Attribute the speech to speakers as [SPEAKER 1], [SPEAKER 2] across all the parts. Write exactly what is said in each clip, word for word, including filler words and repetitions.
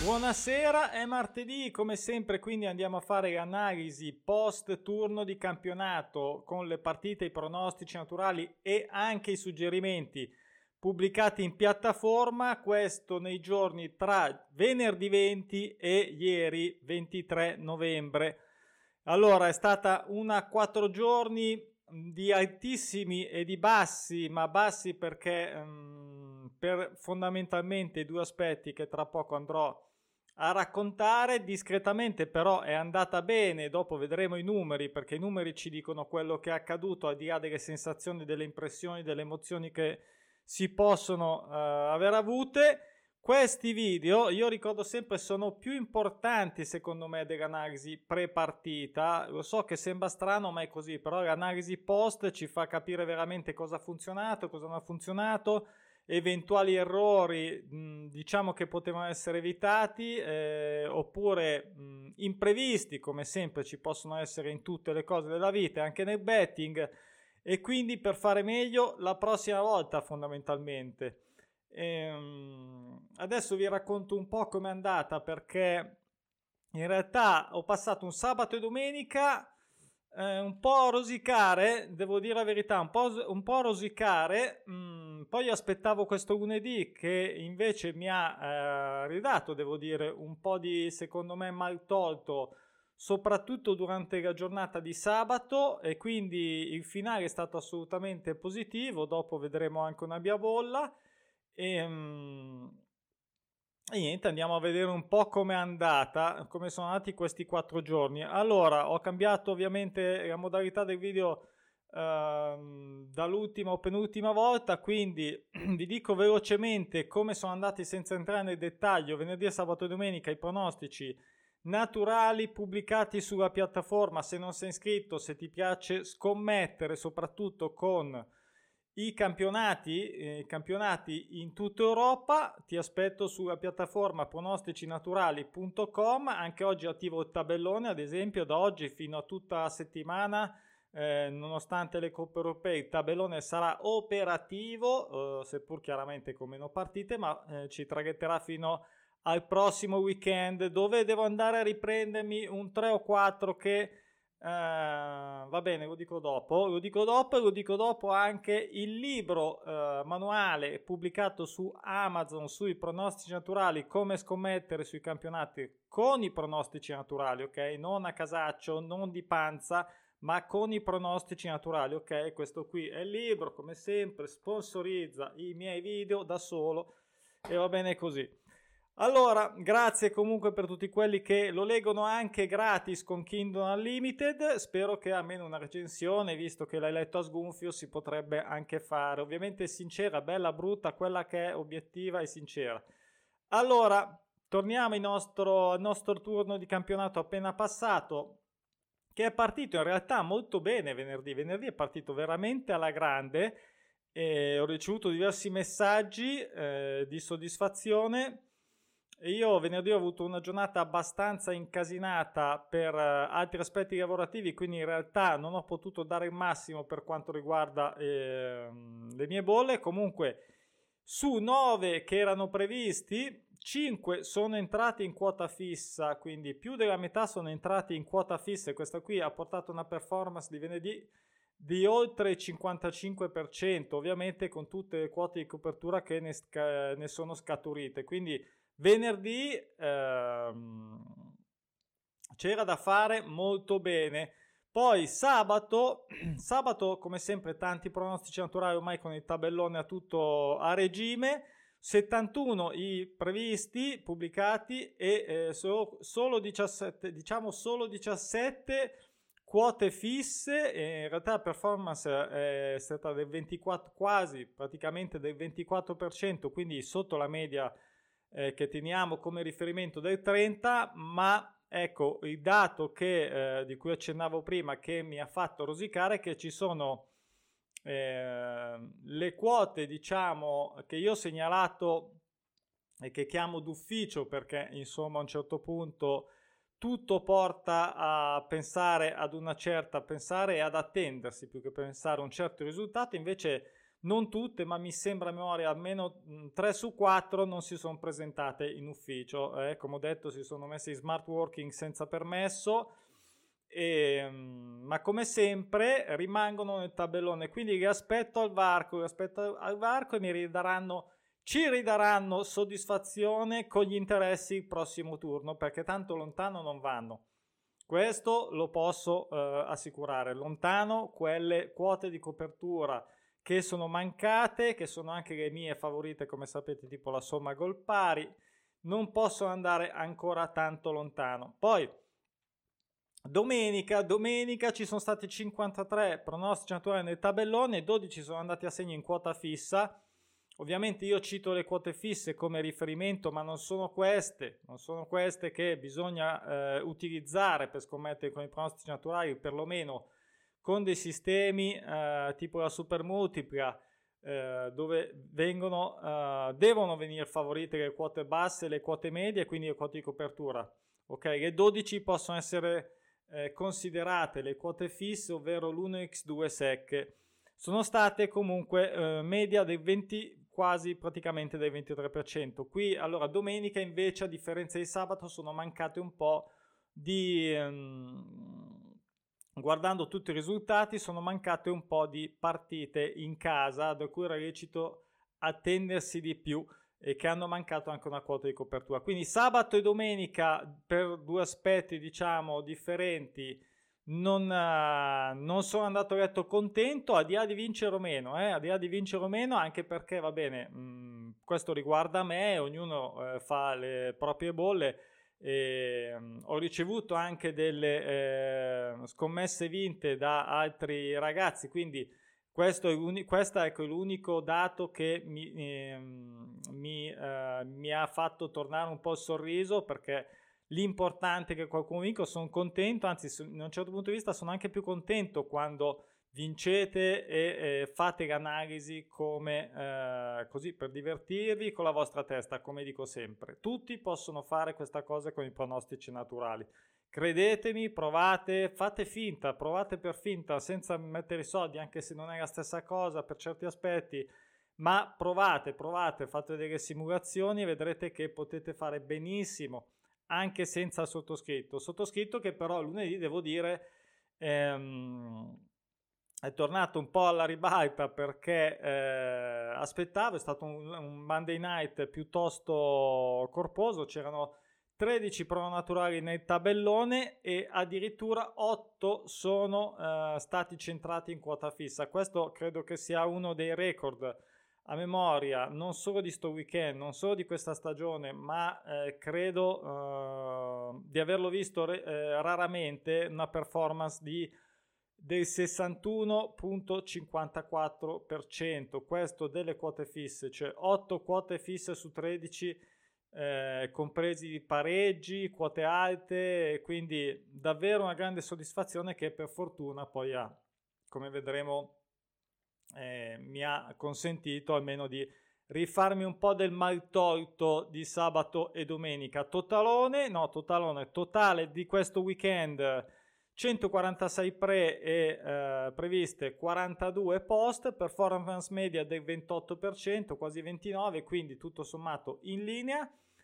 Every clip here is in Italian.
[SPEAKER 1] Buonasera, è martedì come sempre, quindi andiamo a fare l'analisi post turno di campionato con le partite, i pronostici naturali e anche i suggerimenti pubblicati in piattaforma, questo nei giorni tra venerdì venti e ieri ventitré novembre. Allora, è stata una quattro giorni di altissimi e di bassi, ma bassi perché um, per fondamentalmente due aspetti che tra poco andrò a raccontare. Discretamente però è andata bene, dopo vedremo i numeri, perché i numeri ci dicono quello che è accaduto, al di là delle sensazioni, delle impressioni, delle emozioni che si possono uh, aver avute. Questi video, io ricordo sempre, sono più importanti secondo me dell'analisi pre-partita. Lo so che sembra strano, ma è così, però l'analisi post ci fa capire veramente cosa ha funzionato, cosa non ha funzionato, eventuali errori mh, diciamo che potevano essere evitati, eh, oppure mh, imprevisti, come sempre ci possono essere in tutte le cose della vita, anche nel betting, e quindi per fare meglio la prossima volta fondamentalmente. Ehm, adesso vi racconto un po' com'è andata, perché in realtà ho passato un sabato e domenica eh, un po' a rosicare, devo dire la verità, un po', un po' a rosicare. Mm, poi aspettavo questo lunedì che invece mi ha eh, ridato, devo dire, un po' di, secondo me, mal tolto, soprattutto durante la giornata di sabato, e quindi il finale è stato assolutamente positivo. Dopo vedremo anche una biabolla. E, um, e niente, andiamo a vedere un po' com'è andata, come sono andati questi quattro giorni. Allora, ho cambiato ovviamente la modalità del video ehm, dall'ultima o penultima volta, quindi vi dico velocemente come sono andati senza entrare nel dettaglio venerdì, sabato e domenica i pronostici naturali pubblicati sulla piattaforma. Se non sei iscritto, se ti piace scommettere soprattutto con i campionati, eh, campionati in tutta Europa, ti aspetto sulla piattaforma pronosticinaturali punto com. Anche oggi attivo il tabellone, ad esempio, da oggi fino a tutta la settimana, eh, nonostante le coppe europee, il tabellone sarà operativo, eh, seppur chiaramente con meno partite, ma eh, ci traghetterà fino al prossimo weekend, dove devo andare a riprendermi un tre o quattro che Uh, va bene, lo dico dopo, lo dico dopo e lo dico dopo anche il libro uh, manuale pubblicato su Amazon sui pronostici naturali, come scommettere sui campionati con i pronostici naturali, ok? Non a casaccio, non di panza, ma con i pronostici naturali, ok? Questo qui è il libro, come sempre, sponsorizza i miei video da solo e va bene così. Allora, grazie comunque per tutti quelli che lo leggono anche gratis con Kindle Unlimited. Spero che almeno una recensione, visto che l'hai letto a sgonfio, si potrebbe anche fare. Ovviamente sincera, bella, brutta, quella che è obiettiva e sincera. Allora, torniamo al nostro, al nostro turno di campionato appena passato, che è partito in realtà molto bene venerdì. Venerdì è partito veramente alla grande e ho ricevuto diversi messaggi eh, di soddisfazione. Io venerdì ho avuto una giornata abbastanza incasinata per uh, altri aspetti lavorativi, quindi in realtà non ho potuto dare il massimo per quanto riguarda eh, le mie bolle. Comunque su nove che erano previsti, cinque sono entrati in quota fissa, quindi più della metà sono entrati in quota fissa, e questa qui ha portato una performance di venerdì di oltre il cinquantacinque per cento, ovviamente con tutte le quote di copertura che ne, sca- ne sono scaturite. Quindi venerdì ehm, c'era da fare molto bene. Poi sabato, sabato come sempre tanti pronostici naturali ormai con il tabellone a tutto a regime, settantuno i previsti, pubblicati, e eh, solo, solo diciassette, diciamo solo diciassette quote fisse, e in realtà la performance è stata del ventiquattro, quasi praticamente del ventiquattro per cento, quindi sotto la media Eh, che teniamo come riferimento del trenta, ma ecco il dato che, eh, di cui accennavo prima, che mi ha fatto rosicare, è che ci sono eh, le quote, diciamo, che io ho segnalato e che chiamo d'ufficio, perché insomma a un certo punto tutto porta a pensare ad una certa, pensare e ad attendersi più che pensare a un certo risultato. Invece non tutte, ma mi sembra a memoria almeno tre su quattro non si sono presentate in ufficio, eh, come ho detto si sono messe in smart working senza permesso, e, ma come sempre rimangono nel tabellone, quindi li aspetto al varco, li aspetto al varco e mi ridaranno, ci ridaranno soddisfazione con gli interessi il prossimo turno, perché tanto lontano non vanno. Questo lo posso eh, assicurare, lontano quelle quote di copertura che sono mancate, che sono anche le mie favorite, come sapete, tipo la somma gol pari, non possono andare ancora tanto lontano. Poi domenica, domenica ci sono stati cinquantatré pronostici naturali nel tabellone, dodici sono andati a segno in quota fissa. Ovviamente io cito le quote fisse come riferimento, ma non sono queste, non sono queste che bisogna eh, utilizzare per scommettere con i pronostici naturali, perlomeno con dei sistemi eh, tipo la supermultipla, eh, dove vengono, eh, devono venire favorite le quote basse, le quote medie, quindi le quote di copertura. Ok, le dodici possono essere eh, considerate le quote fisse, ovvero l'uno per due secche. Sono state comunque eh, media del venti, quasi praticamente del ventitré per cento. Qui allora domenica invece, a differenza di sabato, sono mancate un po' di ehm, guardando tutti i risultati, sono mancate un po' di partite in casa da cui era lecito attendersi di più e che hanno mancato anche una quota di copertura. Quindi sabato e domenica, per due aspetti diciamo differenti, non, uh, non sono andato a letto contento, a di là di vincere o meno, eh, a di là di vincere o meno, anche perché va bene, mh, questo riguarda me, ognuno eh, fa le proprie bolle. E, um, ho ricevuto anche delle eh, scommesse vinte da altri ragazzi, quindi questo è questo è ecco, l'unico dato che mi, eh, mi, eh, mi ha fatto tornare un po' il sorriso, perché l'importante è che qualcuno vinca, sono contento, anzi da un certo punto di vista sono anche più contento quando vincete e eh, fate l'analisi come eh, così per divertirvi con la vostra testa, come dico sempre. Tutti possono fare questa cosa con i pronostici naturali. Credetemi, provate, fate finta, provate per finta senza mettere i soldi, anche se non è la stessa cosa per certi aspetti, ma provate, provate, fate delle simulazioni e vedrete che potete fare benissimo anche senza il sottoscritto. Sottoscritto che però lunedì devo dire ehm, è tornato un po' alla ribalta, perché eh, aspettavo, è stato un, un Monday night piuttosto corposo, c'erano tredici prononaturali nel tabellone e addirittura otto sono eh, stati centrati in quota fissa. Questo credo che sia uno dei record a memoria non solo di sto weekend, non solo di questa stagione, ma eh, credo eh, di averlo visto re- eh, raramente una performance di del sessantuno virgola cinquantaquattro per cento, questo delle quote fisse, cioè otto quote fisse su tredici, eh, compresi di pareggi, quote alte, quindi davvero una grande soddisfazione che per fortuna poi ha, come vedremo, eh, mi ha consentito almeno di rifarmi un po' del mal tolto di sabato e domenica. Totalone, no, totalone, totale di questo weekend centoquarantasei pre e eh, previste quarantadue post, performance media del ventotto per cento, quasi ventinove per cento, quindi tutto sommato in linea.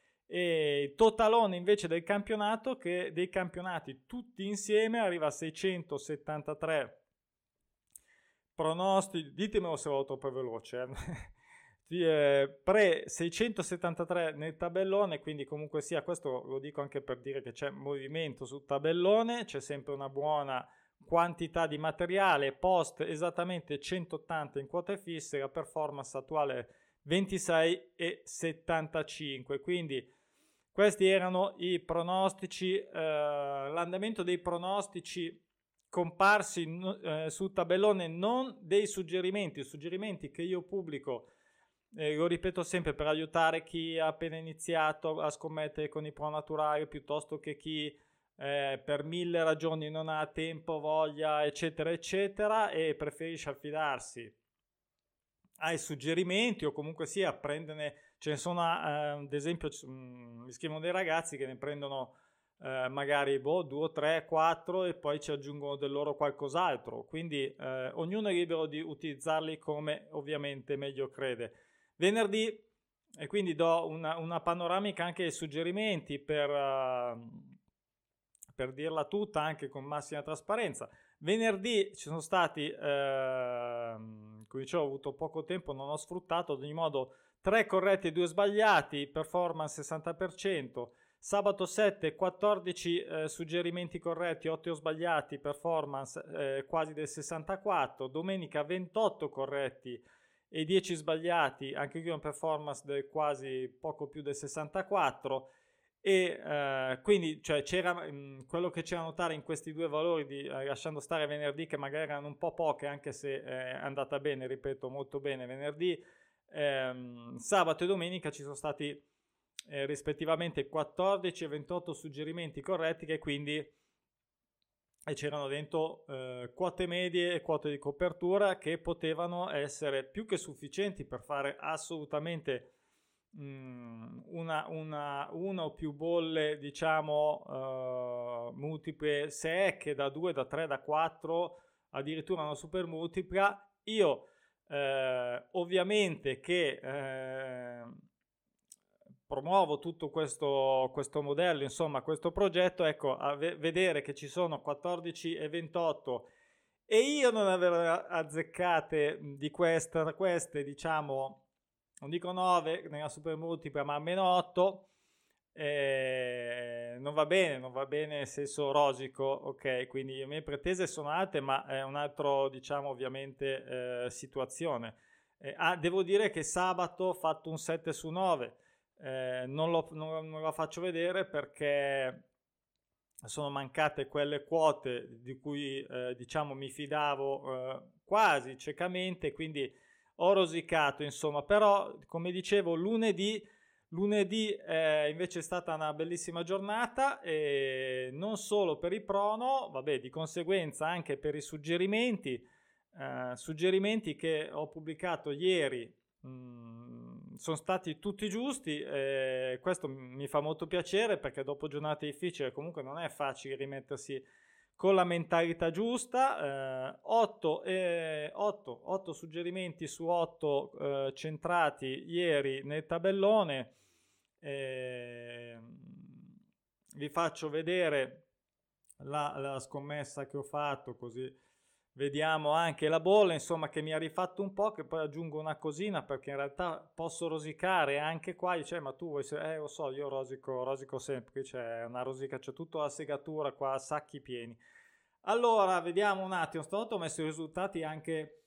[SPEAKER 1] E totalone invece del campionato, che dei campionati tutti insieme arriva a seicentosettantatré pronostici, ditemelo se vado troppo veloce, eh. pre seicentosettantatré nel tabellone, quindi comunque sia, questo lo dico anche per dire che c'è movimento sul tabellone, c'è sempre una buona quantità di materiale, post esattamente centottanta in quote fisse, la performance attuale ventisei virgola settantacinque, quindi questi erano i pronostici, eh, l'andamento dei pronostici comparsi eh, sul tabellone, non dei suggerimenti, suggerimenti che io pubblico, eh, lo ripeto sempre, per aiutare chi ha appena iniziato a scommettere con i pronaturali, piuttosto che chi eh, per mille ragioni non ha tempo, voglia, eccetera, eccetera, e preferisce affidarsi ai suggerimenti o comunque sia prenderne, ce ne sono, eh, ad esempio, mh, mi scrivono dei ragazzi che ne prendono eh, magari boh, due, tre, quattro e poi ci aggiungono del loro qualcos'altro, quindi eh, ognuno è libero di utilizzarli come ovviamente meglio crede. Venerdì, e quindi do una, una panoramica anche dei suggerimenti per, uh, per dirla tutta anche con massima trasparenza. Venerdì ci sono stati, eh, come dicevo, ho avuto poco tempo, non ho sfruttato, ad ogni modo tre corretti e due sbagliati, performance sessanta per cento. Sabato sette, quattordici eh, suggerimenti corretti, otto sbagliati, performance eh, quasi del sessantaquattro. Domenica ventotto corretti e dieci sbagliati, anche qui una performance del quasi poco più del sessantaquattro. E eh, quindi cioè, c'era mh, quello che c'era da notare in questi due valori, di, eh, lasciando stare venerdì che magari erano un po' poche, anche se eh, è andata bene, ripeto, molto bene venerdì, ehm, sabato e domenica ci sono stati eh, rispettivamente quattordici e ventotto suggerimenti corretti, che quindi e c'erano dentro eh, quote medie e quote di copertura che potevano essere più che sufficienti per fare assolutamente mh, una, una, una o più bolle, diciamo, uh, multiple secche da due, da tre, da quattro, addirittura una super multipla. Io eh, ovviamente che eh, promuovo tutto questo, questo modello, insomma questo progetto, ecco, a ve- vedere che ci sono quattordici e ventotto e io non aver azzeccate di queste, queste diciamo, non dico nove nella super multipla, ma almeno otto, eh, non va bene, non va bene nel senso rosico, ok, quindi le mie pretese sono alte, ma è un altro, diciamo, ovviamente eh, situazione. Eh, ah, devo dire che sabato ho fatto un sette su nove. Eh, non, lo, non, non la faccio vedere perché sono mancate quelle quote di cui eh, diciamo mi fidavo eh, quasi ciecamente, quindi ho rosicato, insomma. Però come dicevo lunedì lunedì eh, invece è stata una bellissima giornata, e non solo per i prono, vabbè, di conseguenza anche per i suggerimenti eh, suggerimenti che ho pubblicato ieri. Mh, sono stati tutti giusti, e questo mi fa molto piacere perché dopo giornate difficili comunque non è facile rimettersi con la mentalità giusta. eh, otto, eh, otto, otto suggerimenti su otto eh, centrati ieri nel tabellone. eh, Vi faccio vedere la, la scommessa che ho fatto, così vediamo anche la bolla, insomma, che mi ha rifatto un po', che poi aggiungo una cosina perché in realtà posso rosicare anche qua. Dice, ma tu vuoi, eh lo so, io rosico, rosico sempre, c'è una rosica, c'è tutta la segatura qua, sacchi pieni. Allora, vediamo un attimo, stavolta ho messo i risultati anche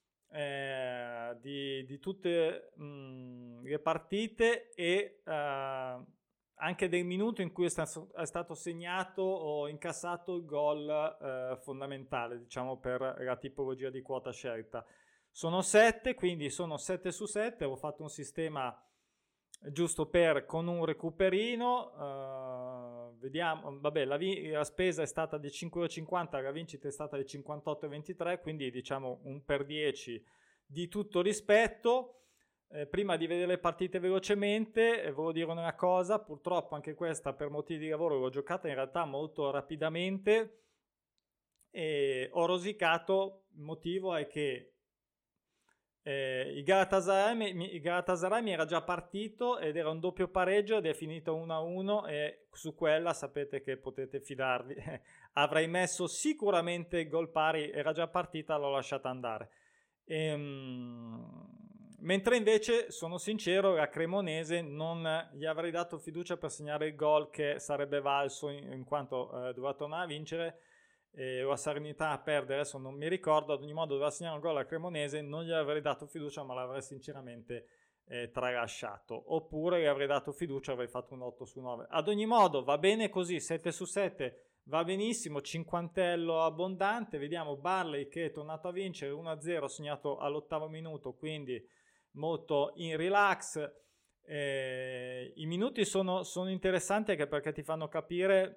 [SPEAKER 1] eh, di, di tutte mh, le partite e eh, anche del minuto in cui è stato, è stato segnato o incassato il gol eh, fondamentale, diciamo, per la tipologia di quota scelta. Sono sette, quindi sono sette su sette, ho fatto un sistema giusto per con un recuperino. Uh, vediamo, vabbè, la, vi- la spesa è stata di cinque euro e cinquanta, la vincita è stata di cinquantotto virgola ventitré, quindi diciamo un per dieci di tutto rispetto. Eh, prima di vedere le partite velocemente, eh, volevo dire una cosa, purtroppo anche questa per motivi di lavoro l'ho giocata in realtà molto rapidamente e ho rosicato. Il motivo è che eh, il, Galatasaray mi, il Galatasaray mi era già partito ed era un doppio pareggio ed è finito uno a uno, e su quella sapete che potete fidarvi. Avrei messo sicuramente il gol pari, era già partita, l'ho lasciata andare. Ehm, mentre invece, sono sincero, la Cremonese non gli avrei dato fiducia per segnare il gol che sarebbe valso in, in quanto eh, doveva tornare a vincere eh, o a Serenità a perdere, adesso non mi ricordo. Ad ogni modo doveva segnare un gol a Cremonese, non gli avrei dato fiducia, ma l'avrei sinceramente eh, tralasciato. Oppure gli avrei dato fiducia, avrei fatto un otto su nove. Ad ogni modo va bene così, sette su sette va benissimo, cinquantello abbondante. Vediamo Barley che è tornato a vincere uno a zero, segnato all'ottavo minuto, quindi molto in relax. Eh, I minuti sono, sono interessanti anche perché ti fanno capire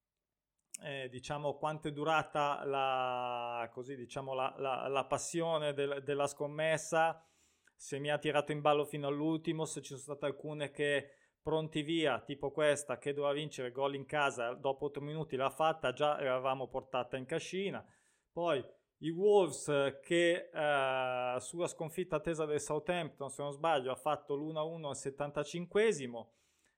[SPEAKER 1] eh, diciamo quanto è durata la, così, diciamo, la, la, la passione del, della scommessa, se mi ha tirato in ballo fino all'ultimo, se ci sono state alcune che pronti via, tipo questa che doveva vincere gol in casa, dopo otto minuti l'ha fatta, già eravamo portata in cascina. Poi i Wolves che eh, sulla sconfitta attesa del Southampton, se non sbaglio, ha fatto l'uno a uno al settantacinquesimo,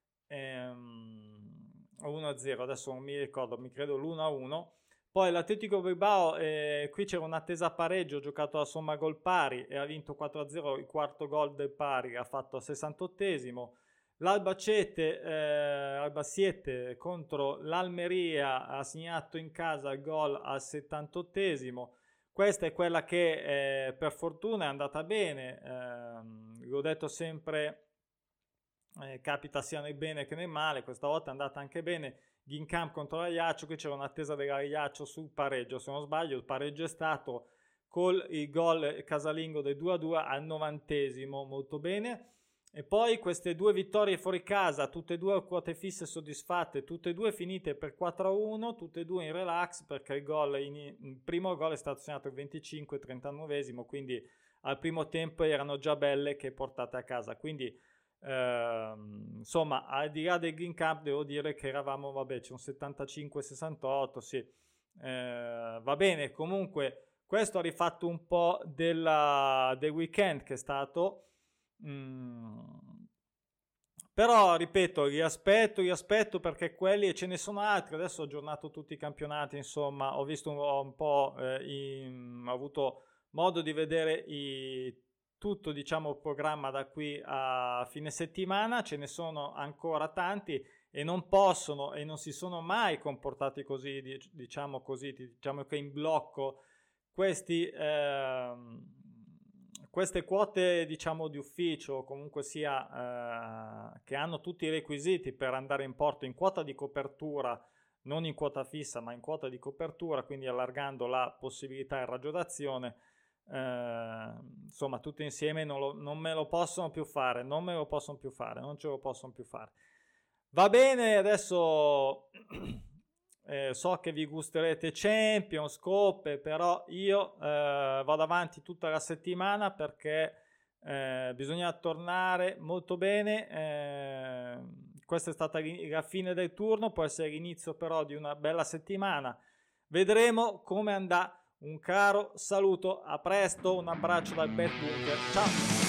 [SPEAKER 1] ehm, uno a zero, adesso non mi ricordo, mi credo l'uno a uno. Poi l'Atletico Bilbao, eh, qui c'era un'attesa pareggio, ha giocato a somma gol pari e ha vinto quattro a zero, il quarto gol del pari ha fatto al sessantottesimo. L'Albacete, eh, Albacete contro l'Almeria ha segnato in casa il gol al settantottesimo. Questa è quella che eh, per fortuna è andata bene, eh, l'ho detto sempre, eh, capita sia nel bene che nel male, questa volta è andata anche bene. Ginkamp contro l'Ajaccio, qui c'era un'attesa dell'Ajaccio sul pareggio, se non sbaglio il pareggio è stato col il gol casalingo del due a due al novantesimo, molto bene. E poi queste due vittorie fuori casa, tutte e due a quote fisse soddisfatte, tutte e due finite per quattro a uno, tutte e due in relax, perché il, gol in, il primo gol è stato segnato il venticinque trentanovesimo, quindi al primo tempo erano già belle che portate a casa, quindi Uh, insomma, al di là del Green Cup devo dire che eravamo, vabbè, c'è un settantacinque sessantotto, sì, uh, va bene. Comunque questo ha rifatto un po' della, del weekend che è stato, mm. Però ripeto, li aspetto, li aspetto perché quelli, e ce ne sono altri. Adesso ho aggiornato tutti i campionati, insomma, ho visto un, un po', eh, in, ho avuto modo di vedere i tutto, diciamo, il programma da qui a fine settimana. Ce ne sono ancora tanti e non possono e non si sono mai comportati così, diciamo così, diciamo che in blocco questi, eh, queste quote, diciamo, di ufficio, comunque sia, eh, che hanno tutti i requisiti per andare in porto in quota di copertura, non in quota fissa ma in quota di copertura, quindi allargando la possibilità e il raggio d'azione. Uh, insomma, tutte insieme non, lo, non me lo possono più fare, non me lo possono più fare, non ce lo possono più fare. Va bene, adesso eh, so che vi gusterete Champions, Coppe, però io eh, vado avanti tutta la settimana perché eh, bisogna tornare molto bene. Eh, questa è stata la fine del turno, può essere l'inizio però di una bella settimana. Vedremo come andrà. Un caro saluto, a presto, un abbraccio dal Bet Bunker, ciao!